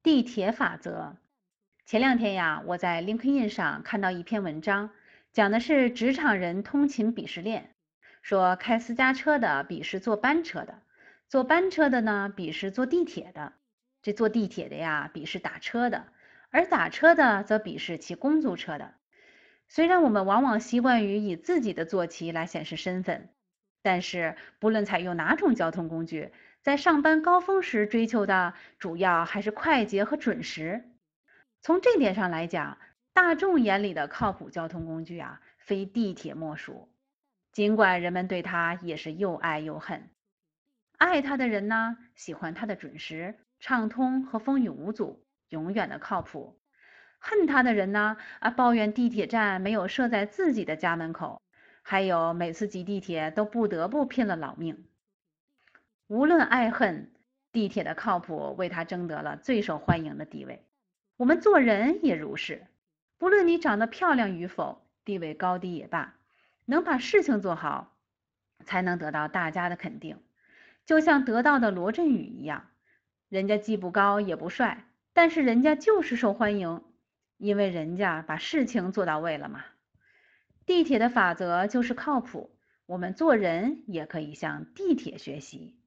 地铁法则。前两天呀，我在 LinkedIn 上看到一篇文章，讲的是职场人通勤鄙视链，说开私家车的鄙视坐班车的，坐班车的呢鄙视坐地铁的，这坐地铁的呀鄙视打车的，而打车的则鄙视骑公租车的。虽然我们往往习惯于以自己的坐骑来显示身份，但是不论采用哪种交通工具，在上班高峰时追求的主要还是快捷和准时。从这点上来讲，大众眼里的靠谱交通工具啊，非地铁莫属。尽管人们对它也是又爱又恨。爱它的人呢，喜欢它的准时、畅通和风雨无阻，永远的靠谱。恨它的人呢，抱怨地铁站没有设在自己的家门口，还有每次挤地铁都不得不拼了老命。无论爱恨，地铁的靠谱为他争得了最受欢迎的地位。我们做人也如是，不论你长得漂亮与否，地位高低也罢，能把事情做好，才能得到大家的肯定。就像得到的罗振宇一样，人家既不高也不帅，但是人家就是受欢迎，因为人家把事情做到位了嘛。地铁的法则就是靠谱，我们做人也可以向地铁学习。